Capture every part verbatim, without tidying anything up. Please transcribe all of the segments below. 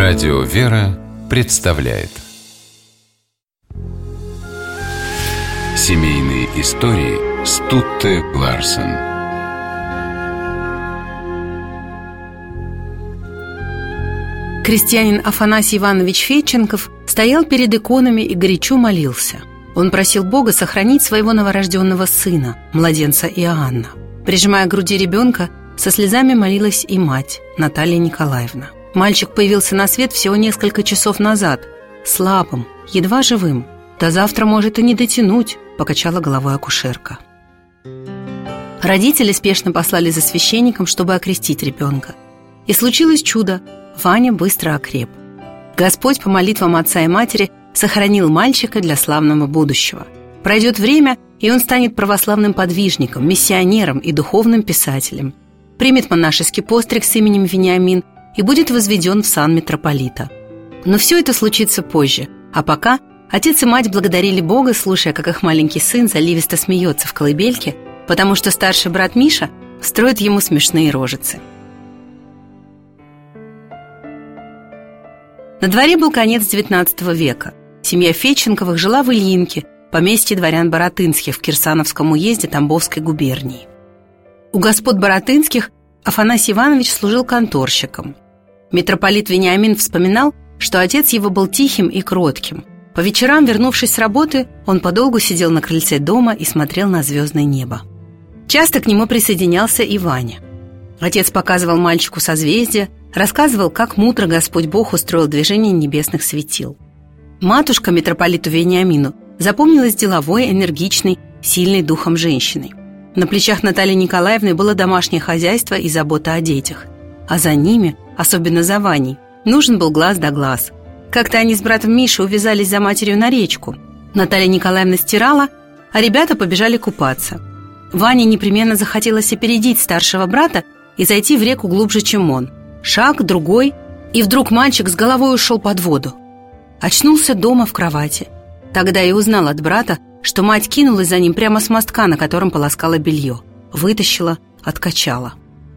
Радио «Вера» представляет семейные истории Стутте Ларсен. Крестьянин Афанасий Иванович Федченков стоял перед иконами и горячо молился. Он просил Бога сохранить своего новорожденного сына, младенца Иоанна. Прижимая к груди ребенка, со слезами молилась и мать, Наталья Николаевна. Мальчик появился на свет всего несколько часов назад, слабым, едва живым. «До завтра может и не дотянуть», – покачала головой акушерка. Родители спешно послали за священником, чтобы окрестить ребенка. И случилось чудо. Ваня быстро окреп. Господь по молитвам отца и матери сохранил мальчика для славного будущего. Пройдет время, и он станет православным подвижником, миссионером и духовным писателем. Примет монашеский постриг с именем Вениамин и будет возведен в сан митрополита. Но все это случится позже, а пока отец и мать благодарили Бога, слушая, как их маленький сын заливисто смеется в колыбельке, потому что старший брат Миша строит ему смешные рожицы. На дворе был конец девятнадцатого века. Семья Федченковых жила в Ильинке, поместье дворян Баратынских в Кирсановском уезде Тамбовской губернии. У господ Баратынских Афанасий Иванович служил конторщиком. Митрополит Вениамин вспоминал, что отец его был тихим и кротким. По вечерам, вернувшись с работы, он подолгу сидел на крыльце дома и смотрел на звездное небо. Часто к нему присоединялся и Ваня. Отец показывал мальчику созвездия, рассказывал, как мудро Господь Бог устроил движение небесных светил. Матушка митрополиту Вениамину запомнилась деловой, энергичной, сильной духом женщиной. На плечах Натальи Николаевны было домашнее хозяйство и забота о детях. А за ними, особенно за Ваней, нужен был глаз да глаз. Как-то они с братом Мишей увязались за матерью на речку. Наталья Николаевна стирала, а ребята побежали купаться. Ване непременно захотелось опередить старшего брата и зайти в реку глубже, чем он. Шаг, другой, и вдруг мальчик с головой ушел под воду. Очнулся дома в кровати. Тогда и узнал от брата, что мать кинулась за ним прямо с мостка, на котором полоскала белье. Вытащила, откачала.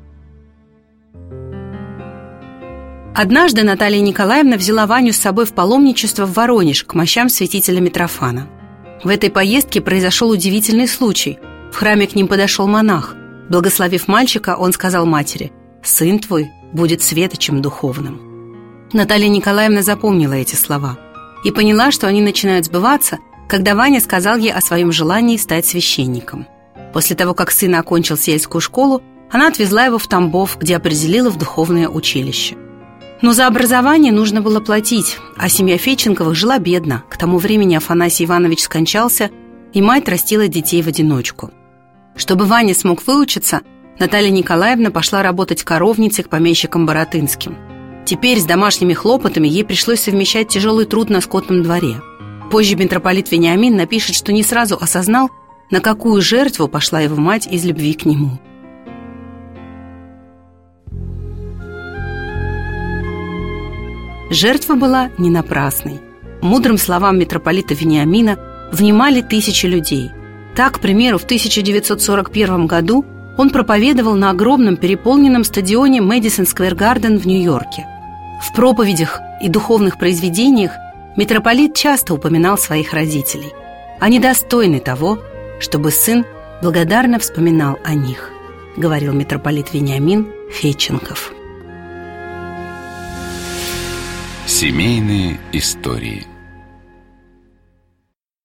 Однажды Наталья Николаевна взяла Ваню с собой в паломничество в Воронеж к мощам святителя Митрофана. В этой поездке произошел удивительный случай. В храме к ним подошел монах. Благословив мальчика, он сказал матери: «Сын твой будет светочем духовным». Наталья Николаевна запомнила эти слова и поняла, что они начинают сбываться, когда Ваня сказал ей о своем желании стать священником. После того, как сын окончил сельскую школу, она отвезла его в Тамбов, где определила в духовное училище. Но за образование нужно было платить, а семья Федченковых жила бедно. К тому времени Афанасий Иванович скончался, и мать растила детей в одиночку. Чтобы Ваня смог выучиться, Наталья Николаевна пошла работать коровницей к помещикам Баратынским. Теперь с домашними хлопотами ей пришлось совмещать тяжелый труд на скотном дворе. Позже митрополит Вениамин напишет, что не сразу осознал, на какую жертву пошла его мать из любви к нему. Жертва была не напрасной. Мудрым словам митрополита Вениамина внимали тысячи людей. Так, к примеру, в тысяча девятьсот сорок первом году он проповедовал на огромном переполненном стадионе Мэдисон Сквер Гарден в Нью-Йорке. В проповедях и духовных произведениях митрополит часто упоминал своих родителей. Они достойны того, чтобы сын благодарно вспоминал о них, говорил митрополит Вениамин Федченков. Семейные истории.